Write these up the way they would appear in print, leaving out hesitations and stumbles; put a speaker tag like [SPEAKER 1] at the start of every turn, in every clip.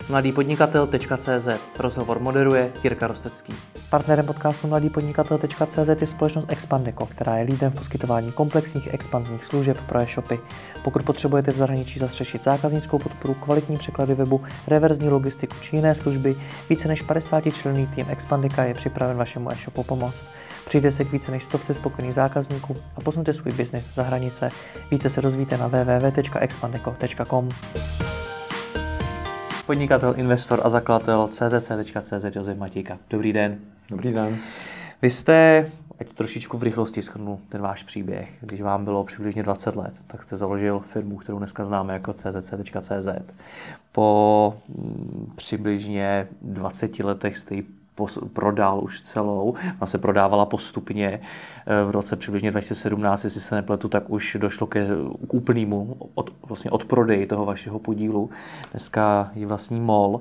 [SPEAKER 1] mladýpodnikatel.cz. Rozhovor moderuje Jirka Rostecký. Partnerem podcastu mladýpodnikatel.cz je společnost Expandeco, která je lídrem v poskytování komplexních expanzních služeb pro e-shopy. Pokud potřebujete v zahraničí zastřešit zákaznickou podporu, kvalitní překlady webu, reverzní logistiku či jiné služby, více než 50členný tým Expandeca je připraven vašemu e-shopu pomoct. Přijde se k více než 100 spokojených zákazníků a posuňte svůj biznis za hranice. Více se dozvíte na www.expandeco.com. Podnikatel, investor a zakladatel czc.cz Josef Matějka. Dobrý den.
[SPEAKER 2] Dobrý den.
[SPEAKER 1] Vy jste, ať trošičku v rychlosti shrnu ten váš příběh, když vám bylo přibližně 20 let, tak jste založil firmu, kterou dneska známe jako czc.cz. Po přibližně 20 letech jste ji prodal už celou, ona se prodávala postupně v roce přibližně 2017, jestli se nepletu, tak už došlo k úplnému odprodeji toho vašeho podílu. Dneska je vlastní MOL.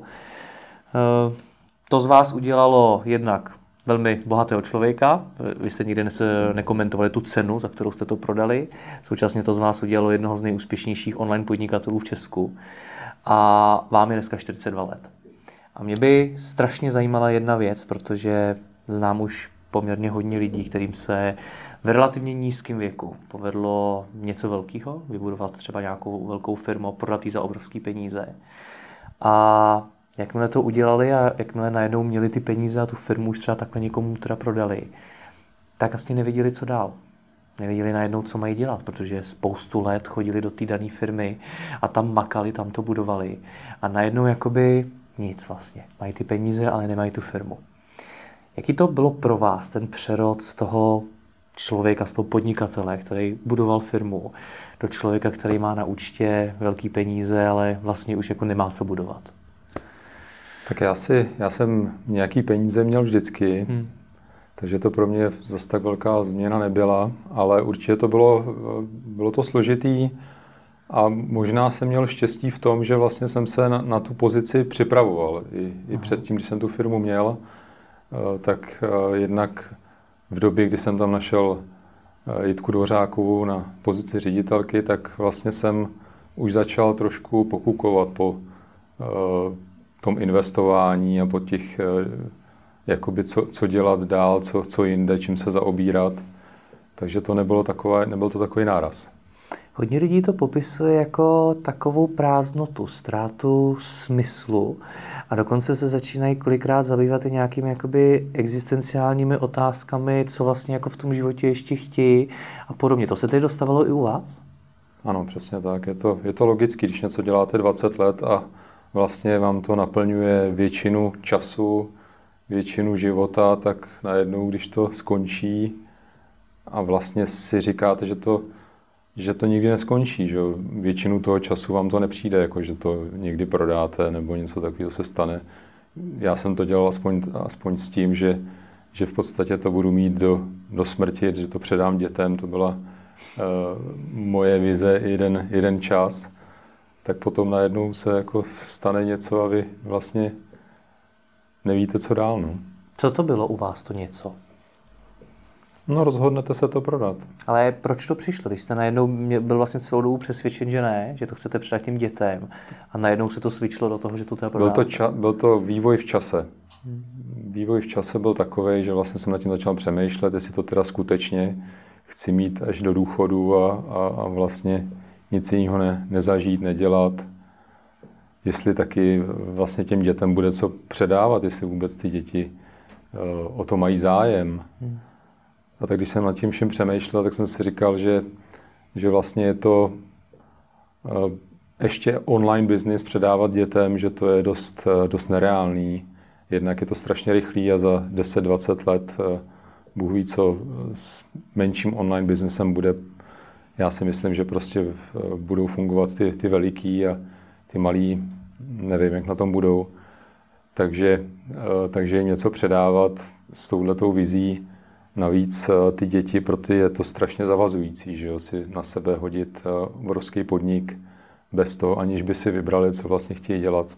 [SPEAKER 1] To z vás udělalo jednak velmi bohatého člověka, vy jste nikdy nekomentovali tu cenu, za kterou jste to prodali, současně to z vás udělalo jednoho z nejúspěšnějších online podnikatelů v Česku a vám je dneska 42 let. A mě by strašně zajímala jedna věc, protože znám už poměrně hodně lidí, kterým se v relativně nízkém věku povedlo něco velkého, vybudovat třeba nějakou velkou firmu, prodat ji za obrovské peníze. A jakmile to udělali a jakmile najednou měli ty peníze a tu firmu už třeba takhle někomu teda prodali, tak vlastně nevěděli, co dál. Nevěděli najednou, co mají dělat, protože spoustu let chodili do té dané firmy a tam makali, tam to budovali. A najednou jakoby nic vlastně. Mají ty peníze, ale nemají tu firmu. Jaký to bylo pro vás, ten přerod z toho člověka, z toho podnikatele, který budoval firmu, do člověka, který má na účtě velký peníze, ale vlastně už jako nemá co budovat?
[SPEAKER 2] Tak já jsem nějaký peníze měl vždycky, takže to pro mě zase tak velká změna nebyla, ale určitě to bylo to složitý a možná jsem měl štěstí v tom, že vlastně jsem se na tu pozici připravoval. I předtím, když jsem tu firmu měl, tak jednak v době, kdy jsem tam našel Jitku Dvořákovou na pozici ředitelky, tak vlastně jsem už začal trošku pokukovat po tom investování a po těch, jakoby co dělat dál, co jinde, čím se zaobírat. Takže to nebyl to takový náraz.
[SPEAKER 1] Hodně lidí to popisuje jako takovou prázdnotu, ztrátu smyslu a dokonce se začínají kolikrát zabývat i nějakými jakoby existenciálními otázkami, co vlastně jako v tom životě ještě chtějí a podobně. To se tedy dostavilo i u vás?
[SPEAKER 2] Ano, přesně tak. Je to logické, když něco děláte 20 let a vlastně vám to naplňuje většinu času, většinu života, tak najednou, když to skončí a vlastně si říkáte, že to nikdy neskončí, že většinu toho času vám to nepřijde, jako že to někdy prodáte nebo něco takového se stane. Já jsem to dělal aspoň s tím, že v podstatě to budu mít do smrti, že to předám dětem, to byla moje vize jeden čas. Tak potom najednou se jako stane něco a vy vlastně nevíte, co dál. No.
[SPEAKER 1] Co to bylo u vás to něco?
[SPEAKER 2] No, rozhodnete se to prodat.
[SPEAKER 1] Ale proč to přišlo? Když jste najednou byl vlastně celou dobu přesvědčen, že ne, že to chcete předat těm dětem a najednou se to switchlo do toho, že to teda prodáte?
[SPEAKER 2] Byl to vývoj v čase. Vývoj v čase byl takovej, že vlastně jsem nad tím začal přemýšlet, jestli to teda skutečně chci mít až do důchodu a vlastně nic jiného nezažít, nedělat. Jestli taky vlastně těm dětem bude co předávat, jestli vůbec ty děti o to mají zájem. A tak když jsem nad tím všem přemýšlel, tak jsem si říkal, že vlastně je to ještě online business předávat dětem, že to je dost nereálný. Jednak je to strašně rychlý a za 10-20 let Bůh ví, co s menším online businessem bude. Já si myslím, že prostě budou fungovat ty veliký a ty malí, nevím, jak na tom budou. Takže jim něco předávat s touhletou vizí. Navíc ty děti, pro ty je to strašně zavazující, že jo, si na sebe hodit obrovský podnik bez toho, aniž by si vybrali, co vlastně chtějí dělat.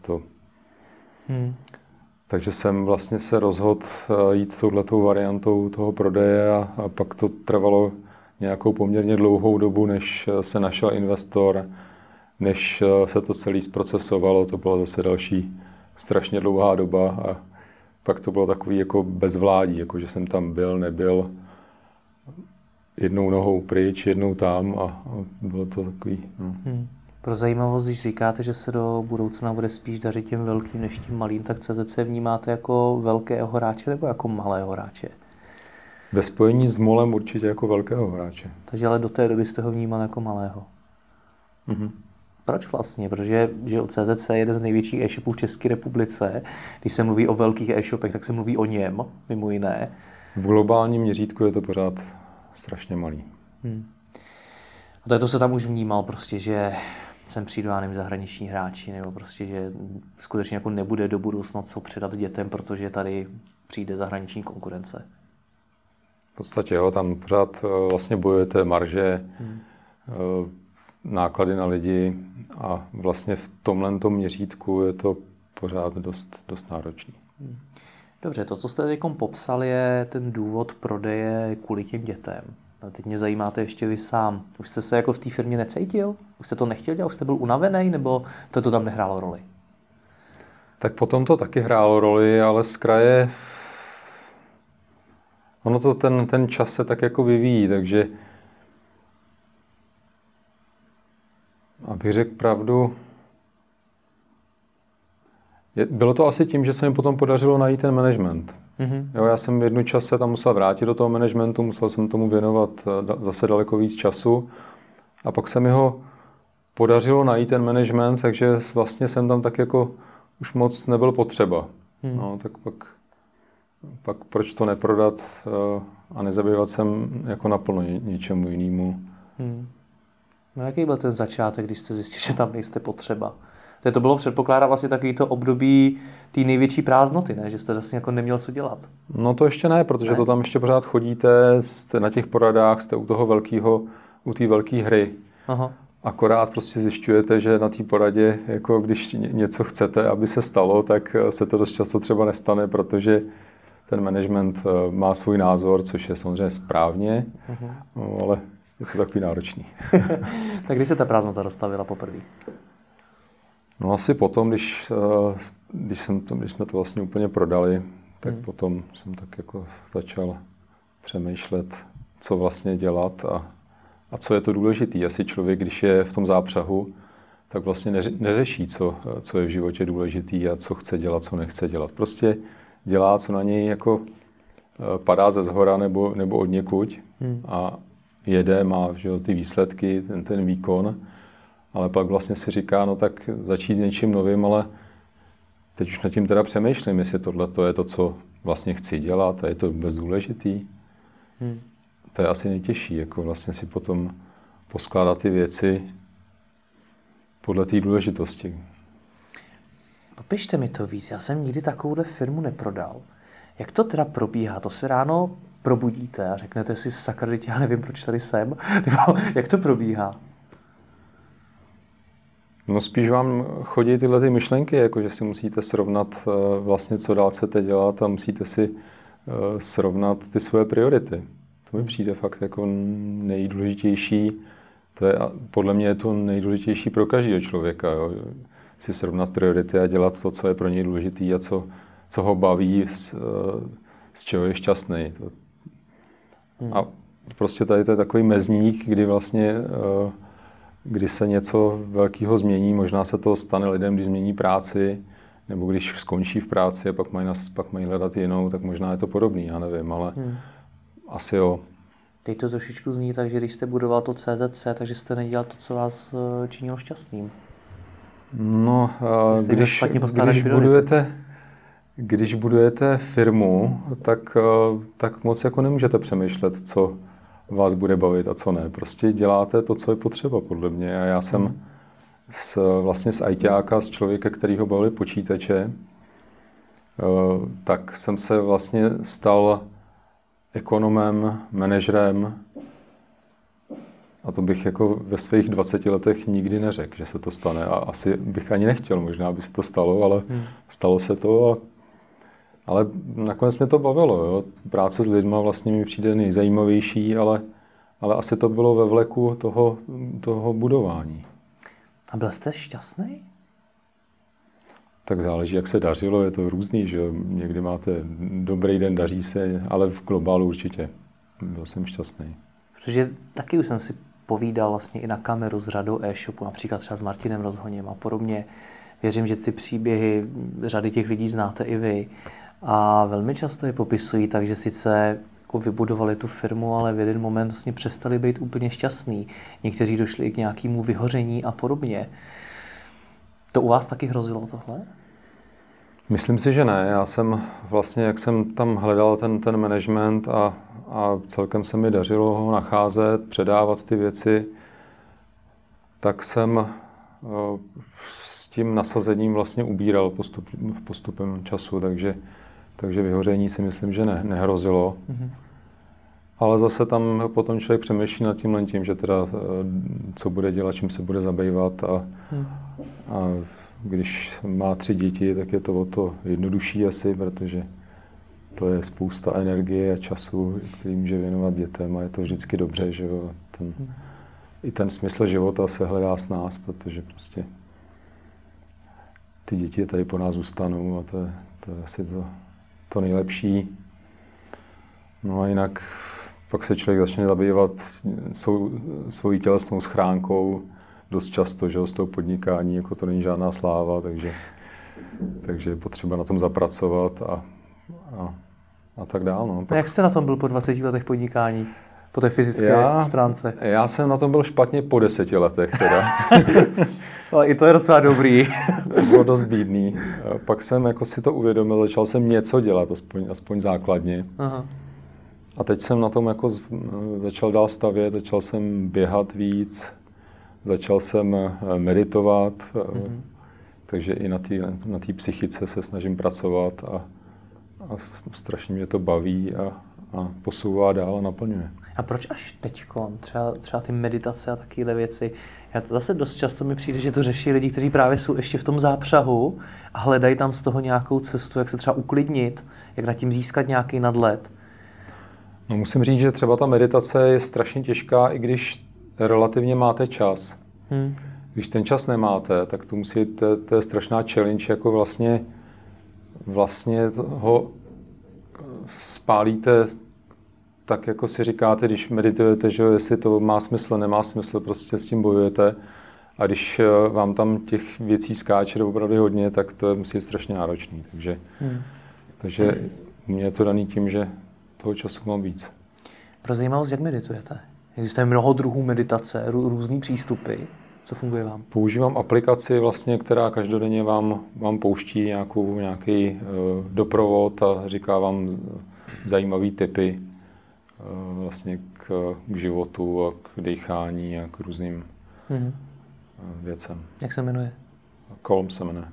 [SPEAKER 2] Takže jsem vlastně se rozhodl jít touhletou variantou toho prodeje a pak to trvalo nějakou poměrně dlouhou dobu, než se našel investor, než se to celé zprocesovalo. To bylo zase další strašně dlouhá doba a pak to bylo takový jako bezvládí, jako že jsem tam byl, nebyl, jednou nohou pryč, jednou tam a bylo to takový. No.
[SPEAKER 1] Pro zajímavost, když říkáte, že se do budoucna bude spíš dařit těm velkým než tím malým, tak CZC vnímáte jako velkého hráče nebo jako malého hráče?
[SPEAKER 2] Ve spojení s MOLem určitě jako velkého hráče.
[SPEAKER 1] Takže ale do té doby jste ho vnímal jako malého. Proč vlastně? Protože že CZC je jeden z největších e-shopů v České republice. Když se mluví o velkých e-shopech, tak se mluví o něm, mimo jiné.
[SPEAKER 2] V globálním měřítku je to pořád strašně malý.
[SPEAKER 1] A to se tam už vnímal prostě, že sem přijdu já nevím, zahraniční hráči, nebo prostě, že skutečně jako nebude do budoucna co předat dětem, protože tady přijde zahraniční konkurence.
[SPEAKER 2] V podstatě jo, tam pořád vlastně bojujete marže, náklady na lidi a vlastně v tomhletom měřítku je to pořád dost náročný.
[SPEAKER 1] Dobře, to, co jste teď popsal, je ten důvod prodeje kvůli těm dětem. A teď mě zajímáte ještě vy sám. Už jste se jako v té firmě necítil? Už jste to nechtěl dělat? Už jste byl unavený? Nebo to tam nehrálo roli?
[SPEAKER 2] Tak potom to taky hrálo roli, ale z kraje ono to ten čas se tak jako vyvíjí, takže abych řekl pravdu, bylo to asi tím, že se mi potom podařilo najít ten management. Jo, já jsem jednu čas se tam musel vrátit do toho managementu, musel jsem tomu věnovat zase daleko víc času a pak se mi ho podařilo najít ten management, takže vlastně jsem tam tak jako už moc nebyl potřeba. No, tak pak proč to neprodat a nezabývat se jako naplno něčemu jinému.
[SPEAKER 1] No jaký byl ten začátek, když jste zjistil, že tam nejste potřeba? To bylo předpokládá vlastně takovýto období té největší prázdnoty, ne? Že jste vlastně jako neměl co dělat.
[SPEAKER 2] No to ještě ne, protože to tam ještě pořád chodíte, jste na těch poradách, jste u toho u té velké hry.
[SPEAKER 1] Aha.
[SPEAKER 2] Akorát prostě zjišťujete, že na té poradě, jako když něco chcete, aby se stalo, tak se to dost často třeba nestane, protože ten management má svůj názor, což je samozřejmě správně, no, ale je to takový náročný.
[SPEAKER 1] Tak kdy se ta prázdnota dostavila poprvé?
[SPEAKER 2] No asi potom, když jsme to vlastně úplně prodali, tak potom jsem tak jako začal přemýšlet, co vlastně dělat a co je to důležité. Asi člověk, když je v tom zápřahu, tak vlastně neřeší, co je v životě důležitý a co chce dělat, co nechce dělat. Prostě dělá, co na něj jako padá ze zhora nebo od někuď a jede, má ty výsledky, ten výkon, ale pak vlastně si říká, no tak začít s něčím novým, ale teď už nad tím teda přemýšlím, jestli tohle je to, co vlastně chci dělat a je to vůbec důležitý. To je asi nejtěžší, jako vlastně si potom poskládat ty věci podle té důležitosti.
[SPEAKER 1] Popište mi to víc, já jsem nikdy takovouhle firmu neprodal. Jak to teda probíhá? To se ráno probudíte a řeknete si, sakra, já nevím, proč tady jsem? Nebo jak to probíhá?
[SPEAKER 2] No spíš vám chodí tyhle ty myšlenky, jako že si musíte srovnat vlastně, co dál chcete dělat a musíte si srovnat ty svoje priority. To mi přijde fakt jako nejdůležitější. Podle mě je to nejdůležitější pro každého člověka. Jo. Si srovnat priority a dělat to, co je pro něj důležitý a co ho baví, z čeho je šťastný. A prostě tady to je takový mezník, kdy vlastně kdy se něco velkého změní, možná se to stane lidem, když změní práci, nebo když skončí v práci a pak mají hledat jinou, tak možná je to podobný, já nevím, ale asi jo.
[SPEAKER 1] Teď to trošičku zní tak, že když jste budoval to CZC, takže jste nedělal to, co vás činilo šťastným.
[SPEAKER 2] No, když budujete firmu, tak moc jako nemůžete přemýšlet, co vás bude bavit a co ne. Prostě děláte to, co je potřeba, podle mě. A já jsem vlastně z ITáka, z člověka, kterýho bavili počítače, tak jsem se vlastně stal ekonomem, manažerem. A to bych jako ve svých 20 letech nikdy neřekl, že se to stane. A asi bych ani nechtěl, možná by se to stalo, ale stalo se to. Ale nakonec mě to bavilo. Jo. Práce s lidma vlastně mi přijde nejzajímavější, ale asi to bylo ve vleku toho budování.
[SPEAKER 1] A byl jste šťastný?
[SPEAKER 2] Tak záleží, jak se dařilo, je to různý, že někdy máte dobrý den, daří se, ale v globálu určitě. Byl jsem šťastný.
[SPEAKER 1] Protože taky už jsem si povídal vlastně i na kameru s řadou e-shopů, například třeba s Martinem Rozhoněm a podobně. Věřím, že ty příběhy řady těch lidí znáte i vy. A velmi často je popisují tak, že sice jako vybudovali tu firmu, ale v jeden moment vlastně přestali být úplně šťastní. Někteří došli i k nějakému vyhoření a podobně. To u vás taky hrozilo tohle?
[SPEAKER 2] Myslím si, že ne. Já jsem vlastně, jak jsem tam hledal ten management a celkem se mi dařilo ho nacházet, předávat ty věci, tak jsem s tím nasazením vlastně ubíral postupem času, takže vyhoření si myslím, že nehrozilo. Mm-hmm. Ale zase tam potom člověk přemýšlí nad tím, že teda co bude dělat, čím se bude zabývat a když má 3 děti, tak je to o to jednodušší asi, protože to je spousta energie a času, který může věnovat dětem a je to vždycky dobře, že jo. I ten smysl života se hledá s nás, protože prostě ty děti tady po nás zůstanou a to je asi to nejlepší. No a jinak pak se člověk začne zabývat svojí tělesnou schránkou dost často, že z toho podnikání, jako to není žádná sláva, takže je potřeba na tom zapracovat a tak dál. No.
[SPEAKER 1] A jak jste na tom byl po 20 letech podnikání? Po té fyzické stránce?
[SPEAKER 2] Já jsem na tom byl špatně po 10 letech teda.
[SPEAKER 1] Ale i to je docela dobrý.
[SPEAKER 2] To bylo dost bídný. Pak jsem jako si to uvědomil, začal jsem něco dělat, aspoň základně. Aha. A teď jsem na tom jako začal dál stavět, začal jsem běhat víc, začal jsem meditovat, takže i na té psychice se snažím pracovat a strašně mě to baví a posouvá dál a naplňuje.
[SPEAKER 1] A proč až teďko? Třeba ty meditace a takové věci. Zase dost často mi přijde, že to řeší lidi, kteří právě jsou ještě v tom zápřahu a hledají tam z toho nějakou cestu, jak se třeba uklidnit, jak nad tím získat nějaký nadhled.
[SPEAKER 2] No, musím říct, že třeba ta meditace je strašně těžká, i když relativně máte čas. Když ten čas nemáte, tak to je strašná challenge, jako vlastně ho spálíte tak, jako si říkáte, když meditujete, že jestli to má smysl, nemá smysl, prostě s tím bojujete. A když vám tam těch věcí skáče opravdu hodně, tak to musí být strašně náročný. Takže mě je to daný tím, že toho času mám víc.
[SPEAKER 1] Pro zajímavost, jak meditujete? Existuje mnoho druhů meditace, různý přístupy. Co funguje vám?
[SPEAKER 2] Používám aplikaci, vlastně, která každodenně vám pouští nějaký doprovod a říká vám zajímavé tipy vlastně k životu a k dýchání a k různým věcem.
[SPEAKER 1] Jak se jmenuje?
[SPEAKER 2] Calm se jmenuje.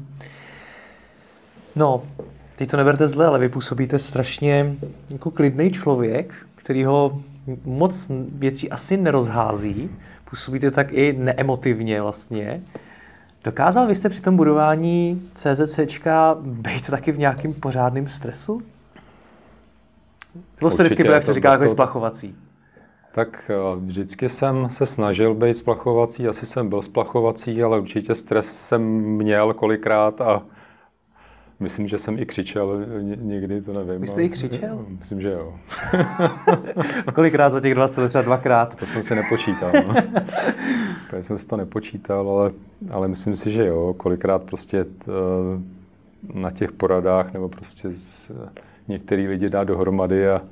[SPEAKER 1] No, teď to neberte zle, ale vy působíte strašně jako klidný člověk, který ho moc věcí asi nerozhází. Působíte tak i neemotivně vlastně. Dokázal byste při tom budování CZCčka být taky v nějakým pořádným stresu? Nebo jste vždycky byl, jak se říká, jako splachovací?
[SPEAKER 2] Tak vždycky jsem se snažil být splachovací, asi jsem byl splachovací, ale určitě stres jsem měl kolikrát a myslím, že jsem i křičel někdy, to nevím.
[SPEAKER 1] Vy jste i křičel?
[SPEAKER 2] Myslím, že jo.
[SPEAKER 1] Kolikrát za těch 20 let, třeba 2krát?
[SPEAKER 2] To jsem si nepočítal. No. Já jsem si to nepočítal, ale myslím si, že jo. Kolikrát prostě na těch poradách nebo prostě některý lidi dá dohromady a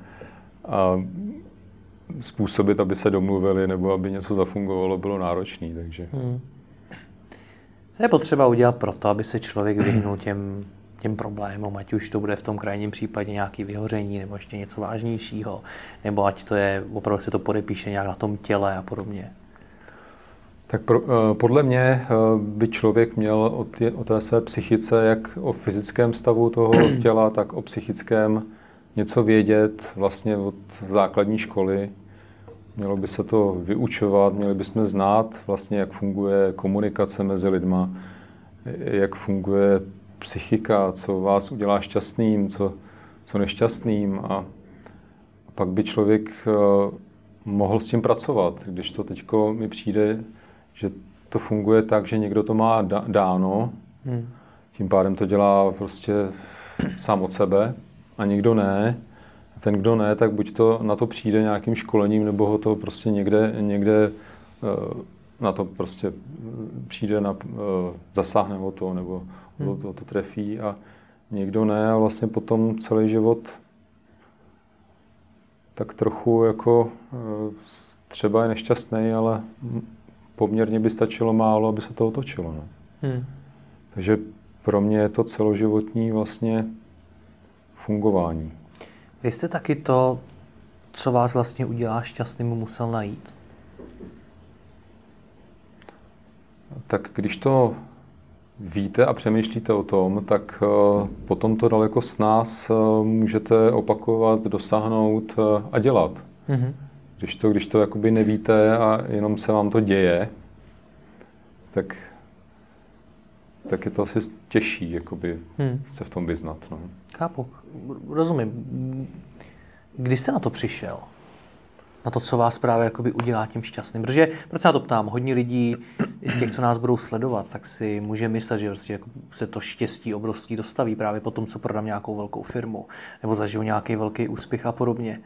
[SPEAKER 2] způsobit, aby se domluvili nebo aby něco zafungovalo, bylo náročné. Takže.
[SPEAKER 1] Co je potřeba udělat pro to, aby se člověk vyhnul těm problémům, ať už to bude v tom krajním případě nějaké vyhoření nebo ještě něco vážnějšího, nebo ať to je, opravdu se to podepíše nějak na tom těle a podobně?
[SPEAKER 2] Tak podle mě by člověk měl o té své psychice, jak o fyzickém stavu toho těla, tak o psychickém něco vědět vlastně od základní školy. Mělo by se to vyučovat, měli bychom znát vlastně, jak funguje komunikace mezi lidma, jak funguje psychika, co vás udělá šťastným, co nešťastným a pak by člověk mohl s tím pracovat. Když to teďko mi přijde, že to funguje tak, že někdo to má dáno, tím pádem to dělá prostě sám od sebe a nikdo ne. A ten, kdo ne, tak buď to na to přijde nějakým školením, nebo ho to prostě někde na to prostě přijde, zasáhne ho to, nebo to trefí a někdo ne a vlastně potom celý život tak trochu jako třeba je nešťastný, ale poměrně by stačilo málo, aby se to otočilo. No. Takže pro mě je to celoživotní vlastně fungování.
[SPEAKER 1] Vy jste taky to, co vás vlastně udělá šťastným, musel najít?
[SPEAKER 2] Tak když to víte a přemýšlíte o tom, tak potom to daleko s nás můžete opakovat, dosáhnout a dělat. Když to jakoby nevíte a jenom se vám to děje, tak je to asi těžší jakoby, se v tom vyznat. No.
[SPEAKER 1] Chápu, rozumím. Kdy jste na to přišel? Na to, co vás právě jakoby udělá tím šťastným? Protože, proč se na to ptám, hodně lidí z těch, co nás budou sledovat, tak si může myslet, že prostě jako se to štěstí obrovský dostaví právě po tom, co prodám nějakou velkou firmu, nebo zažiju nějaký velký úspěch a podobně.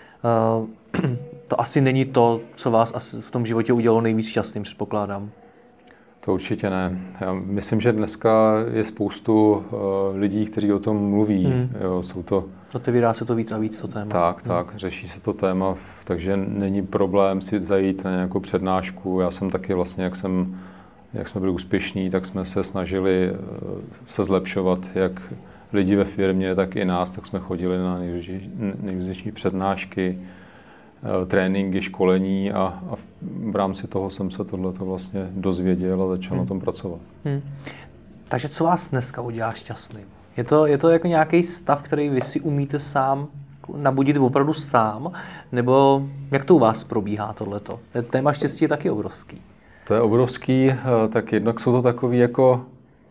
[SPEAKER 1] To asi není to, co vás v tom životě udělalo nejvíc šťastným, předpokládám.
[SPEAKER 2] To určitě ne. Já myslím, že dneska je spoustu lidí, kteří o tom mluví. Jo, jsou to...
[SPEAKER 1] Otevírá se to víc a víc, to téma.
[SPEAKER 2] Tak, řeší se to téma, takže není problém si zajít na nějakou přednášku. Já jsem taky vlastně, jak jsme byli úspěšní, tak jsme se snažili se zlepšovat, jak lidi ve firmě, tak i nás, tak jsme chodili na nejrůznější přednášky, tréninky, školení a v rámci toho jsem se tohleto vlastně dozvěděl a začal na tom pracovat.
[SPEAKER 1] Takže co vás dneska udělá šťastným? Je to jako nějaký stav, který vy si umíte sám nabudit opravdu sám? Nebo jak to u vás probíhá tohleto? Téma štěstí je taky obrovský.
[SPEAKER 2] To je obrovský, tak jednak jsou to takové jako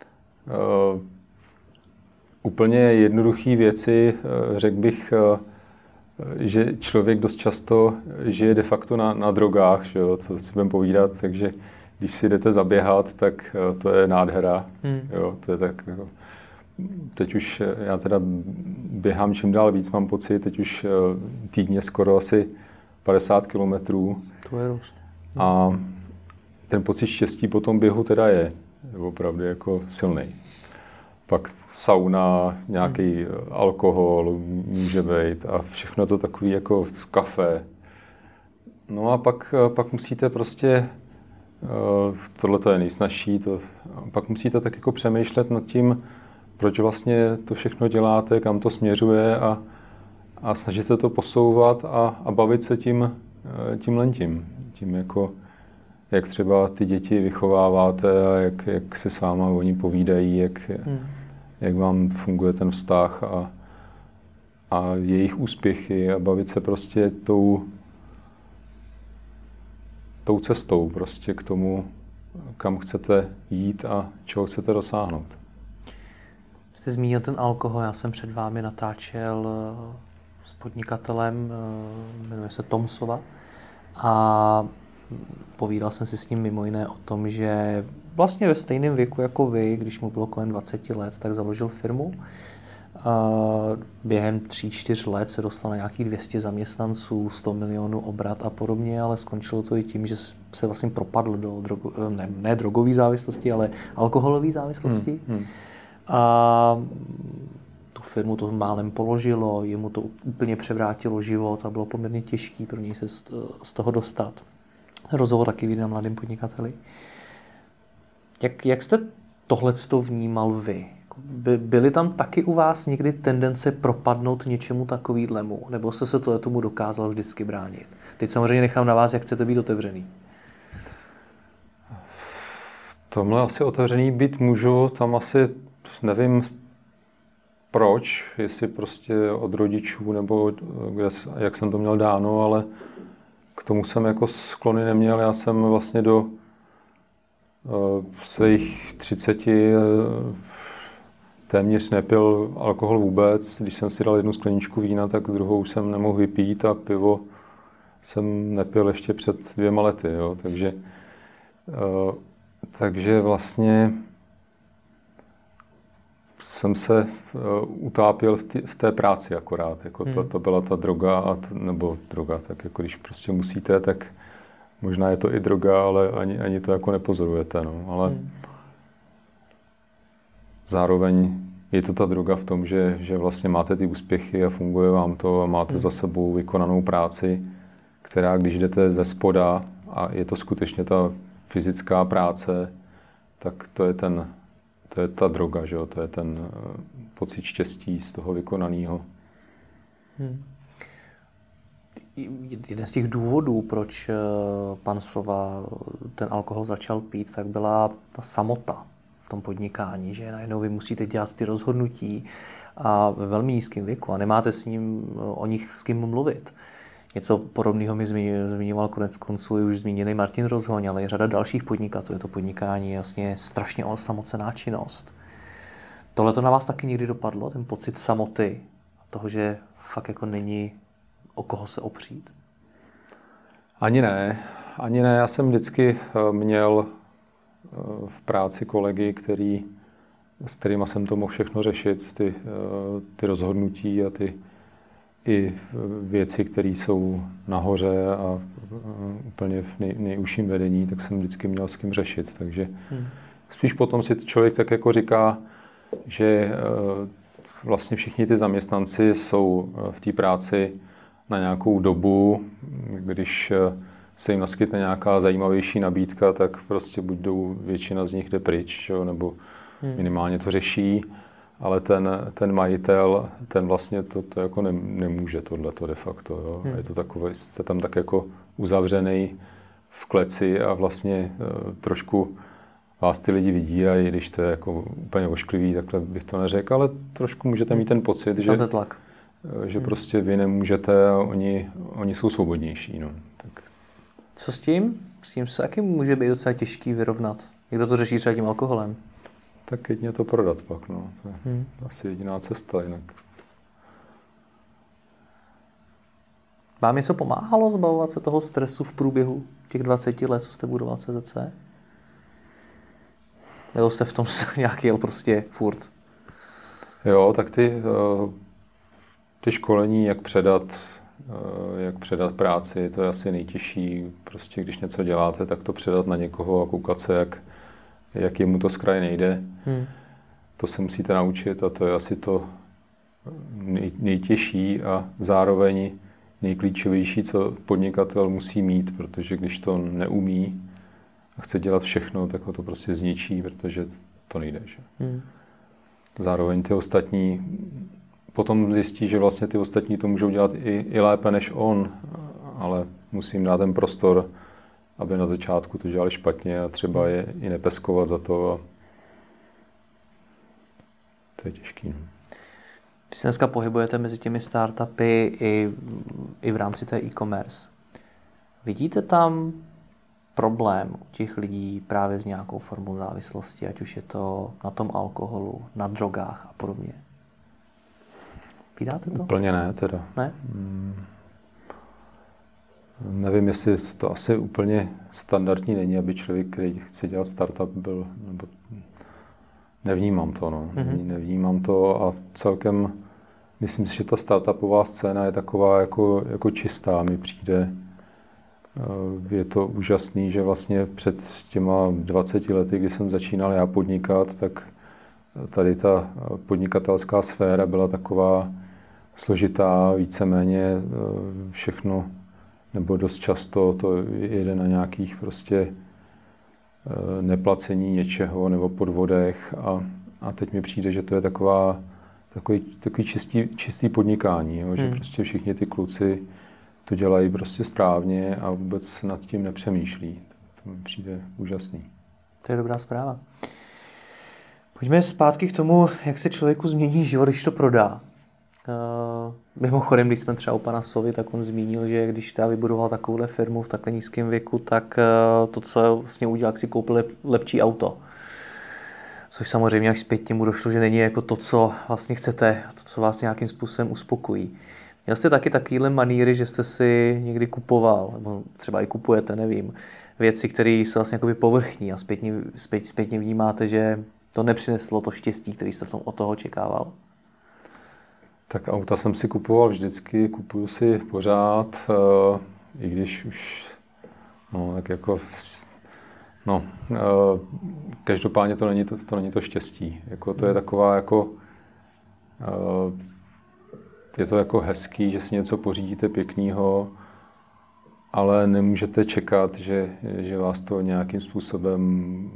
[SPEAKER 2] úplně jednoduché věci, řekl bych, že člověk dost často žije de facto na drogách, že jo, co si budeme povídat, takže když si jdete zaběhat, tak to je nádhera. Jo, to je tak, jako, teď už já teda běhám čím dál víc, mám pocit, teď už týdně skoro asi 50 kilometrů.
[SPEAKER 1] To je dost.
[SPEAKER 2] A ten pocit štěstí po tom běhu teda je opravdu jako silný. Pak sauna, nějaký alkohol může být a všechno to takový jako v kafe. No a pak musíte prostě, tohle to je nejsnažší, pak musíte tak jako přemýšlet nad tím, proč vlastně to všechno děláte, kam to směřuje a snažit se to posouvat a bavit se tím jako, jak třeba ty děti vychováváte a jak se s váma oni povídají, jak vám funguje ten vztah a jejich úspěchy a bavit se prostě tou cestou prostě k tomu, kam chcete jít a čeho chcete dosáhnout.
[SPEAKER 1] Jste zmínil ten alkohol, já jsem před vámi natáčel s podnikatelem, jmenuje se Tom Sova a povídal jsem si s ním mimo jiné o tom, že vlastně ve stejném věku jako vy, když mu bylo kolem 20 let, tak založil firmu. Během 3-4 let se dostal na nějakých 200 zaměstnanců, 100 milionů obrat a podobně, ale skončilo to i tím, že se vlastně propadl do ne drogové závislosti, ale alkoholové závislosti. A tu firmu to málem položilo, jemu to úplně převrátilo život a bylo poměrně těžký pro něj se z toho dostat. Rozhovor taky vyjde na Mladém podnikateli. Jak jste tohleto vnímal vy? Byly tam taky u vás někdy tendence propadnout něčemu takovýhlemu? Nebo jste se tomu dokázal vždycky bránit? Teď samozřejmě nechám na vás, jak chcete být otevřený.
[SPEAKER 2] Tomhle asi otevřený být můžu, tam asi nevím proč, jestli prostě od rodičů nebo jak jsem to měl dáno, ale k tomu jsem jako sklony neměl. Já jsem vlastně do svých 30 téměř nepil alkohol vůbec. Když jsem si dal jednu skleničku vína, tak druhou jsem nemohl vypít a pivo jsem nepil ještě před 2 lety. Jo. Takže vlastně jsem se utápěl v té práci akorát. Jako to byla ta droga, nebo droga, tak jako když prostě musíte, tak možná je to i droga, ale ani to jako nepozorujete. No. Ale zároveň je to ta droga v tom, že vlastně máte ty úspěchy a funguje vám to a máte za sebou vykonanou práci, která když jdete ze spoda a je to skutečně ta fyzická práce, tak to je ta droga, že jo? To je ten pocit štěstí z toho vykonaného.
[SPEAKER 1] Jeden z těch důvodů, proč pan Sova ten alkohol začal pít, tak byla ta samota v tom podnikání, že najednou vy musíte dělat ty rozhodnutí a ve velmi nízkém věku a nemáte o nich s kým mluvit. Něco podobného mi zmiňoval konec konců i už zmíněný Martin Rozhoň, ale i řada dalších podnikatelů. To podnikání je vlastně strašně osamocená činnost. Tohle to na vás taky někdy dopadlo, ten pocit samoty, toho, že fakt jako není o koho se opřít?
[SPEAKER 2] Ani ne. Já jsem vždycky měl v práci kolegy, s kterýma jsem to mohl všechno řešit, ty rozhodnutí a ty i věci, které jsou nahoře a úplně v nejužším vedení, tak jsem vždycky měl s kým řešit. Takže spíš potom si člověk tak jako říká, že vlastně všichni ty zaměstnanci jsou v té práci na nějakou dobu, když se jim naskytne nějaká zajímavější nabídka, tak prostě buď většina z nich jde pryč, nebo minimálně to řeší, ale ten majitel, ten vlastně to jako nemůže tohleto de facto. Jo. Je to takové, jste tam tak jako uzavřený v kleci a vlastně trošku vás ty lidi vydírají, když to je jako úplně ošklivý, takhle bych to neřekl, ale trošku můžete mít ten pocit, že prostě vy nemůžete a oni jsou svobodnější. No. Tak.
[SPEAKER 1] Co s tím? S tím se taky může být docela těžký vyrovnat. Někdo to řeší třeba tím alkoholem?
[SPEAKER 2] Tak jedně to prodat pak, no. To je asi jediná cesta, jinak.
[SPEAKER 1] Vám něco pomáhalo zbavovat se toho stresu v průběhu těch 20 let, co jste budoval CZC? Nebo jste v tom nějak jel prostě furt?
[SPEAKER 2] Jo, tak ty školení, jak předat práci, to je asi nejtěžší. Prostě když něco děláte, tak to předat na někoho a koukat se, jak jemu to z kraje nejde. To se musíte naučit a to je asi to nejtěžší a zároveň nejklíčovější, co podnikatel musí mít, protože když to neumí a chce dělat všechno, tak ho to prostě zničí, protože to nejde. Že? Zároveň ty ostatní potom zjistí, že vlastně ty ostatní to můžou dělat i lépe než on, ale musím dát ten prostor, aby na začátku to dělali špatně a třeba je i nepeskovat za to. A to je těžký. No.
[SPEAKER 1] Vy se dneska pohybujete mezi těmi startupy i v rámci té e-commerce. Vidíte tam problém u těch lidí právě s nějakou formou závislosti, ať už je to na tom alkoholu, na drogách a podobně? Vídáte to?
[SPEAKER 2] Úplně ne, teda.
[SPEAKER 1] Ne?
[SPEAKER 2] Nevím, jestli to asi úplně standardní není, aby člověk, který chce dělat startup, byl, nebo nevnímám to, no. Nevnímám to a celkem myslím si, že ta startupová scéna je taková jako čistá, mi přijde. Je to úžasný, že vlastně před těma 20 lety, kdy jsem začínal já podnikat, tak tady ta podnikatelská sféra byla taková složitá, víceméně všechno, nebo dost často to jede na nějakých prostě neplacení něčeho nebo podvodech a teď mi přijde, že to je takový čistý podnikání, jo, že prostě všichni ty kluci to dělají prostě správně a vůbec nad tím nepřemýšlí. To mi přijde úžasný.
[SPEAKER 1] To je dobrá zpráva. Pojďme zpátky k tomu, jak se člověku změní život, když to prodá. Mimochodem, když jsme třeba u pana Sovy, tak on zmínil, že když vybudoval takovouhle firmu v takhle nízkém věku, tak to, co vlastně udělal, si koupil lepší auto. Což samozřejmě až zpětně mu došlo, že není jako to, co vlastně chcete, to, co vás nějakým způsobem uspokojí. Měl jste taky takovýhle maníry, že jste si někdy kupoval, nebo třeba i kupujete, nevím, věci, které jsou vlastně jakoby povrchní a zpětně vnímáte, že to nepřineslo to štěstí, který jste od toho očekával?
[SPEAKER 2] Tak auta jsem si kupoval vždycky, kupuju si pořád, i když už, no, tak jako, no, každopádně to není to štěstí. Jako, to je taková, jako, je to jako hezký, že si něco pořídíte pěknýho, ale nemůžete čekat, že vás to nějakým způsobem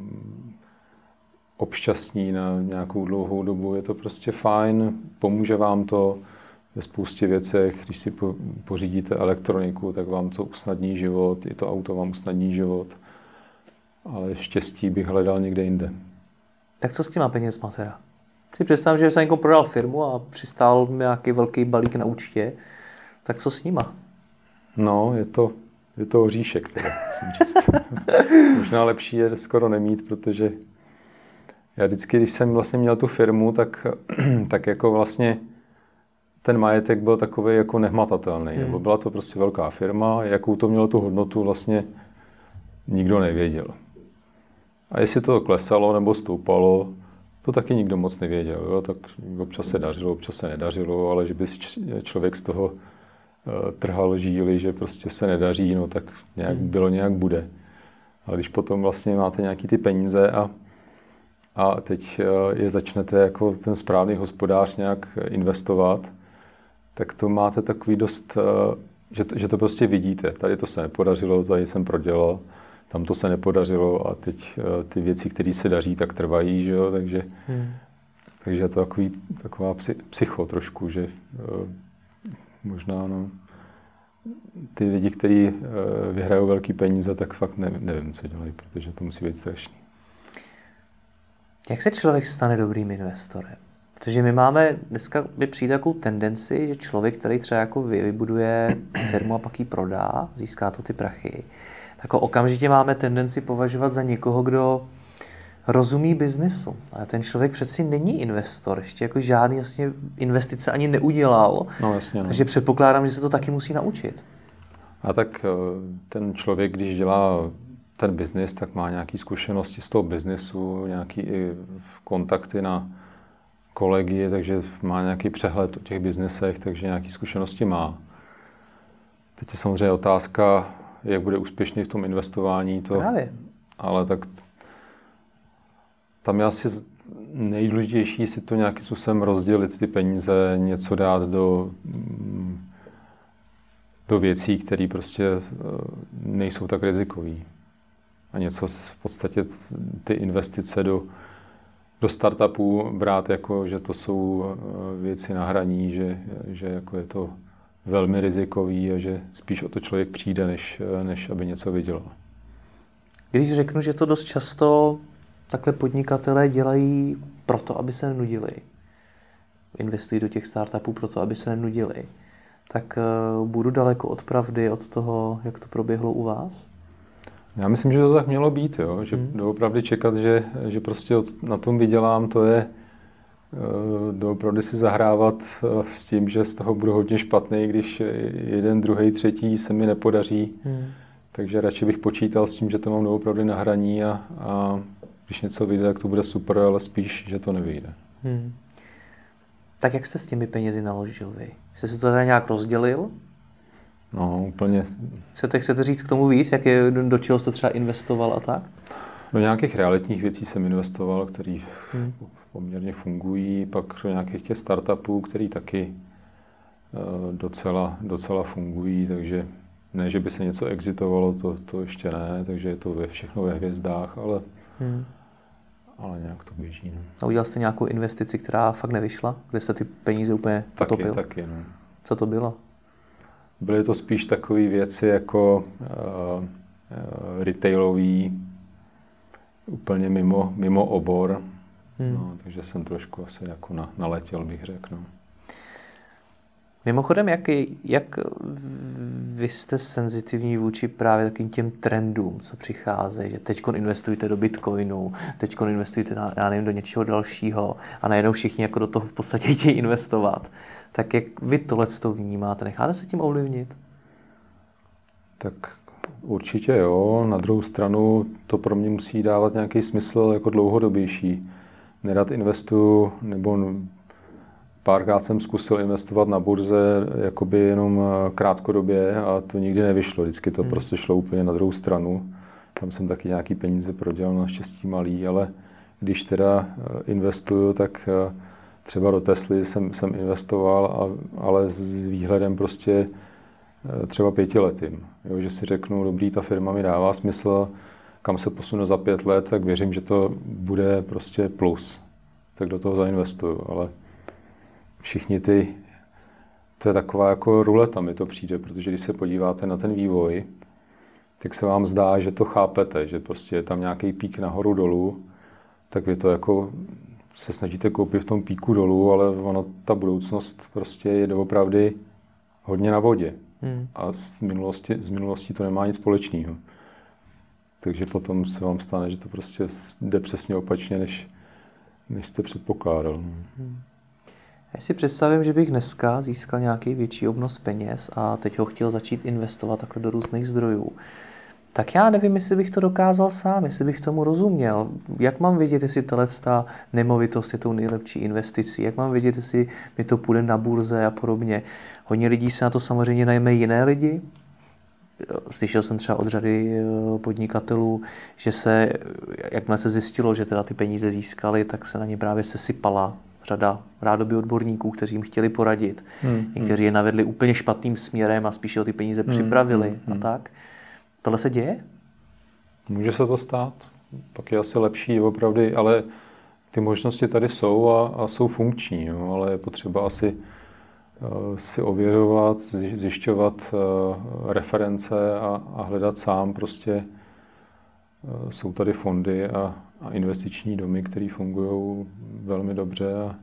[SPEAKER 2] obšťastní na nějakou dlouhou dobu. Je to prostě fajn, pomůže vám to ve spoustě věcech. Když si pořídíte elektroniku, tak vám to usnadní život, i to auto vám usnadní život. Ale štěstí bych hledal někde jinde.
[SPEAKER 1] Tak co s těma penězma teda? Si představ, že jsem někomu prodal firmu a přistál nějaký velký balík na účtě. Tak co s nima?
[SPEAKER 2] No, je to oříšek, teda, musím říct. Možná lepší je skoro nemít, protože já vždycky, když jsem vlastně měl tu firmu, tak jako vlastně ten majetek byl takový jako nehmatatelný. Nebo byla to prostě velká firma, jakou to mělo tu hodnotu, vlastně nikdo nevěděl. A jestli to klesalo nebo stoupalo, to taky nikdo moc nevěděl. Jo? Tak občas se dařilo, občas se nedařilo, ale že by si člověk z toho trhal žíly, že prostě se nedaří, no tak nějak bylo, nějak bude. Ale když potom vlastně máte nějaký ty peníze a teď je začnete jako ten správný hospodář nějak investovat, tak to máte takový dost, že to prostě vidíte. Tady to se nepodařilo, tady jsem prodělal, tam to se nepodařilo a teď ty věci, které se daří, tak trvají, že jo, takže je to taková psycho trošku, že možná, no, ty lidi, kteří vyhrajou velký peníze, tak fakt nevím, co dělají, protože to musí být strašný.
[SPEAKER 1] Jak se člověk stane dobrým investorem? Protože my máme, dneska mi přijde takovou tendenci, že člověk, který třeba jako vybuduje firmu a pak ji prodá, získá to ty prachy, tak okamžitě máme tendenci považovat za někoho, kdo rozumí biznesu. Ale ten člověk přeci není investor, ještě jako žádný vlastně investice ani neudělal.
[SPEAKER 2] No, jasně, no.
[SPEAKER 1] Takže předpokládám, že se to taky musí naučit.
[SPEAKER 2] A tak ten člověk, když dělá ten biznis, tak má nějaké zkušenosti z toho biznesu, nějaké i kontakty na kolegy, takže má nějaký přehled o těch biznesech, takže nějaké zkušenosti má. Teď je samozřejmě otázka, jak bude úspěšný v tom investování.
[SPEAKER 1] Právě.
[SPEAKER 2] Ale tak tam je asi nejdůležitější si to nějakým způsobem rozdělit, ty peníze, něco dát do věcí, které prostě nejsou tak rizikový. A něco v podstatě ty investice do startupů brát jako, že to jsou věci na hraní, že jako je to velmi rizikový a že spíš o to člověk přijde, než aby něco vydělal.
[SPEAKER 1] Když řeknu, že to dost často takhle podnikatelé dělají proto, aby se nenudili. Investují do těch startupů proto, aby se nenudili. Tak budu daleko od pravdy, od toho, jak to proběhlo u vás?
[SPEAKER 2] Já myslím, že to tak mělo být, jo? Že doopravdy čekat, že prostě na tom vydělám, to je doopravdy si zahrávat s tím, že z toho budu hodně špatný, když jeden, druhý, třetí se mi nepodaří. Takže radši bych počítal s tím, že to mám doopravdy na hraní a když něco vyjde, tak to bude super, ale spíš, že to nevyjde.
[SPEAKER 1] Tak jak jste s těmi penězi naložil vy? Jste si to tady nějak rozdělil?
[SPEAKER 2] No, úplně.
[SPEAKER 1] Chcete říct k tomu víc, do čeho jste třeba investoval a tak?
[SPEAKER 2] Do nějakých realitních věcí jsem investoval, které poměrně fungují, pak do nějakých těch startupů, které taky docela fungují, takže ne, že by se něco exitovalo, to ještě ne, takže je to všechno ve hvězdách, ale nějak to běží. No.
[SPEAKER 1] A udělal jste nějakou investici, která fakt nevyšla? Kde jste ty peníze úplně potopil?
[SPEAKER 2] Taky, no.
[SPEAKER 1] Co to bylo?
[SPEAKER 2] Byly to spíš takové věci jako retailový, úplně mimo obor. No, takže jsem trošku asi jako naletěl, bych řekl. No.
[SPEAKER 1] Mimochodem, jak vy jste senzitivní vůči právě takovým těm trendům, co přicházejí, že teďkon investujte do bitcoinu, teďkon investujte do něčeho dalšího a najednou všichni jako do toho v podstatě chtějí investovat. Tak jak vy tohleto vnímáte? Necháte se tím ovlivnit?
[SPEAKER 2] Tak určitě jo. Na druhou stranu to pro mě musí dávat nějaký smysl jako dlouhodobější. nerad investuju, nebo párkrát jsem zkusil investovat na burze jakoby jenom krátkodobě a to nikdy nevyšlo. Vždycky to prostě šlo úplně na druhou stranu. Tam jsem taky nějaký peníze prodělal, naštěstí malý, ale když teda investuju, tak třeba do Tesly jsem investoval, ale s výhledem prostě třeba 5letým. Jo, že si řeknu, dobrý, ta firma mi dává smysl, kam se posunu za 5 let, tak věřím, že to bude prostě plus. Tak do toho zainvestuju, ale všichni to je taková jako ruleta mi to přijde, protože když se podíváte na ten vývoj, tak se vám zdá, že to chápete, že prostě je tam nějaký pík nahoru dolů, tak vy to jako se snažíte koupit v tom píku dolů, ale ono, ta budoucnost prostě je doopravdy hodně na vodě. A z minulosti to nemá nic společného. Takže potom se vám stane, že to prostě jde přesně opačně, než jste předpokládal.
[SPEAKER 1] Já si představím, že bych dneska získal nějaký větší obnos peněz a teď ho chtěl začít investovat takhle do různých zdrojů. Tak já nevím, jestli bych to dokázal sám, jestli bych tomu rozuměl. Jak mám vědět, jestli ta nemovitost je tou nejlepší investicí? Jak mám vědět, jestli mi to půjde na burze a podobně? Hodně lidí se na to samozřejmě najme jiné lidi. Slyšel jsem třeba od řady podnikatelů, že jakmile se zjistilo, že teda ty peníze získali, tak se na ně právě sesypala řada rádoby odborníků, kteří jim chtěli poradit. Někteří je navedli úplně špatným směrem a spíše o ty peníze připravili a tak. Tohle se děje?
[SPEAKER 2] Může se to stát. Pak je asi lepší opravdu, ale ty možnosti tady jsou a jsou funkční, jo, ale je potřeba asi si ověřovat, zjišťovat reference a hledat sám prostě. Jsou tady fondy a investiční domy, které fungují velmi dobře a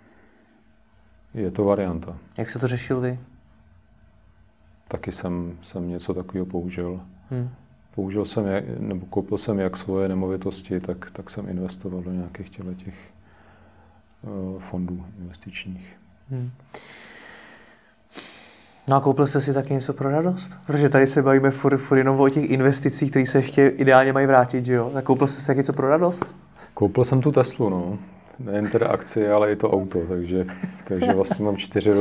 [SPEAKER 2] je to varianta.
[SPEAKER 1] Jak se to řešil vy?
[SPEAKER 2] Taky jsem něco takového použil. Použil jsem, nebo koupil jsem jak svoje nemovitosti, tak jsem investoval do nějakých těch fondů investičních.
[SPEAKER 1] No a koupil jste si taky něco pro radost? Protože tady se bavíme furt jenom o těch investicích, které se ještě ideálně mají vrátit, že jo? Tak koupil jste si něco pro radost?
[SPEAKER 2] Koupil jsem tu Teslu, no. Nejen teda akcie, ale i to auto, takže vlastně mám 4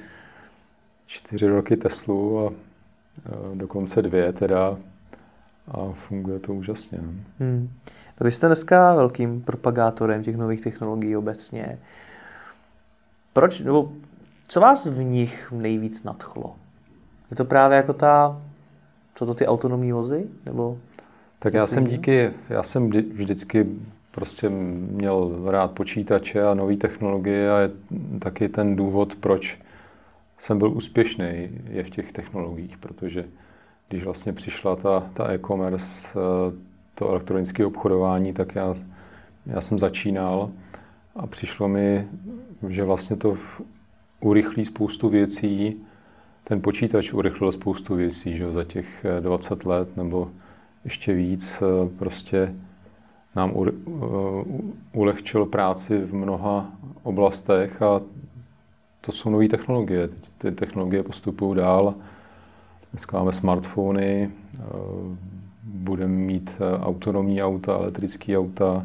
[SPEAKER 2] roky Teslu a dokonce 2 teda a funguje to úžasně. No.
[SPEAKER 1] Vy jste dneska velkým propagátorem těch nových technologií obecně. Proč, nebo co vás v nich nejvíc nadchlo? Je to právě jako jsou to ty autonomní vozy? Nebo
[SPEAKER 2] tak já jsem vždycky prostě měl rád počítače a nové technologie a je taky ten důvod, proč jsem byl úspěšný, je v těch technologiích, protože když vlastně přišla ta e-commerce, to elektronické obchodování, tak já jsem začínal a přišlo mi, že vlastně to urychlí spoustu věcí. Ten počítač urychlil spoustu věcí, že za těch 20 let nebo ještě víc prostě nám ulehčil práci v mnoha oblastech a to jsou nové technologie. Ty technologie postupují dál. Dneska máme smartfony, budeme mít autonomní auta, elektrické auta.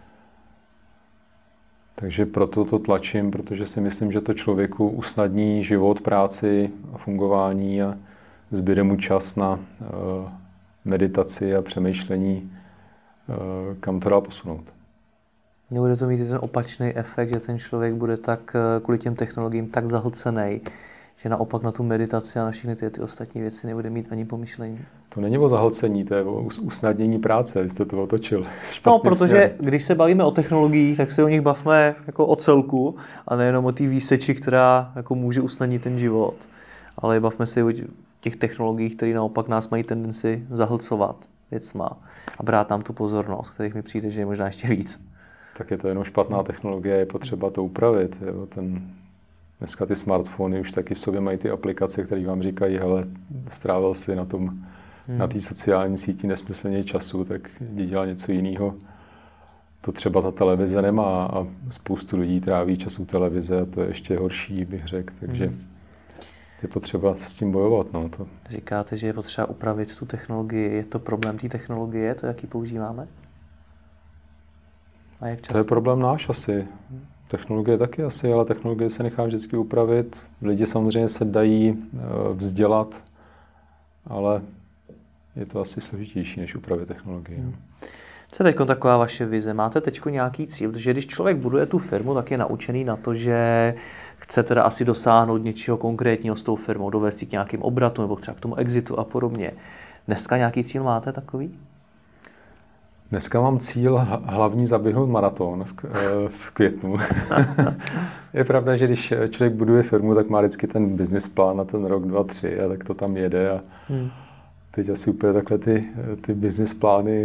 [SPEAKER 2] Takže proto to tlačím, protože si myslím, že to člověku usnadní život, práci a fungování a zbyde mu čas na meditaci a přemýšlení, kam to dál posunout.
[SPEAKER 1] Nebude to mít ten opačný efekt, že ten člověk bude tak kvůli těm technologiím tak zahlcený, že naopak na tu meditaci a na všechny ty ostatní věci nebude mít ani pomyšlení.
[SPEAKER 2] To není o zahlcení, to je o usnadnění práce, vy jste to otočil.
[SPEAKER 1] No, protože když se bavíme o technologiích, tak se o nich bavíme jako o celku a nejenom o té výseči, která jako může usnadnit ten život. Ale bavíme se o těch technologiích, které naopak nás mají tendenci zahlcovat věcma a brát nám tu pozornost, kterých mi přijde, že je možná ještě víc.
[SPEAKER 2] Tak je to jenom špatná technologie, je potřeba to upravit. Jo? Dneska ty smartfony už taky v sobě mají ty aplikace, které vám říkají, hele, strávil si na té sociální síti nesmyslně času, tak jdi dělat něco jiného. To třeba ta televize nemá a spoustu lidí tráví čas u televize a to je ještě horší, bych řekl. Takže je potřeba s tím bojovat. No, to.
[SPEAKER 1] Říkáte, že je potřeba upravit tu technologii. Je to problém té technologie, to jaký používáme? A jak často?
[SPEAKER 2] To je problém náš asi. Technologie taky asi, ale technologie se nechá vždycky upravit. Lidi samozřejmě se dají vzdělat, ale je to asi složitější, než upravit technologii.
[SPEAKER 1] Co je teď taková vaše vize? Máte teď nějaký cíl? Protože když člověk buduje tu firmu, tak je naučený na to, že chce teda asi dosáhnout něčeho konkrétního s tou firmou, dovést ji k nějakým obratům nebo třeba k tomu exitu a podobně. Dneska nějaký cíl máte takový?
[SPEAKER 2] Dneska mám cíl hlavní zaběhnout maraton v květnu. Je pravda, že když člověk buduje firmu, tak má vždycky ten business plán na ten rok, 2, 3 a tak to tam jede. A teď asi úplně takhle ty business plány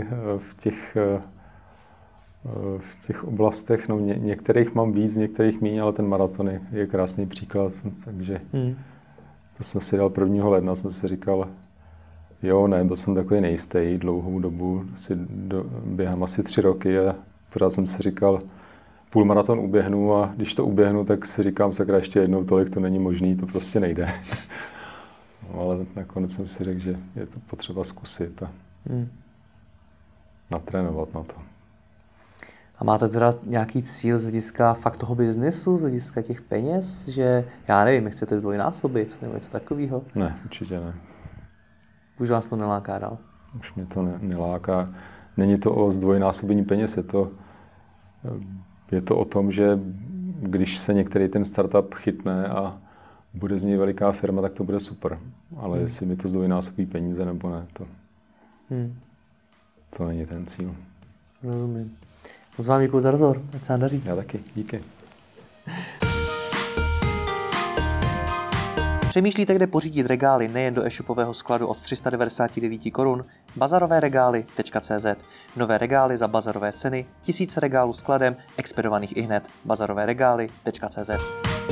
[SPEAKER 2] v těch oblastech, no některých mám víc, některých míň, ale ten maraton je krásný příklad. Takže to jsem si dal 1. ledna, jsem si říkal, byl jsem takový nejistý dlouhou dobu, běhám asi 3 roky a pořád jsem si říkal, půlmaraton uběhnu a když to uběhnu, tak si říkám, sakra, ještě jednou tolik, to není možný, to prostě nejde. No, ale nakonec jsem si řekl, že je to potřeba zkusit a natrénovat na to.
[SPEAKER 1] A máte teda nějaký cíl z hlediska fakt toho biznesu, z hlediska těch peněz, že já nevím, chcete zdvojnásobit nebo něco takového?
[SPEAKER 2] Ne, určitě ne.
[SPEAKER 1] Už vás to neláká dál?
[SPEAKER 2] Už mě to neláká. Není to o zdvojnásobení peněz, je to o tom, že když se některý ten startup chytne a bude z něj veliká firma, tak to bude super. Ale jestli mi to zdvojnásobí peníze nebo ne, to není ten cíl.
[SPEAKER 1] Rozumím. Moc vám děkuji za rozhovor. Ať se vám daří.
[SPEAKER 2] Já taky. Díky.
[SPEAKER 1] Přemýšlíte, kde pořídit regály nejen do e-shopového skladu od 399 korun? Bazarovéregály.cz. Nové regály za bazarové ceny, 1000 regálů skladem, expedovaných ihned. Bazarovéregály.cz.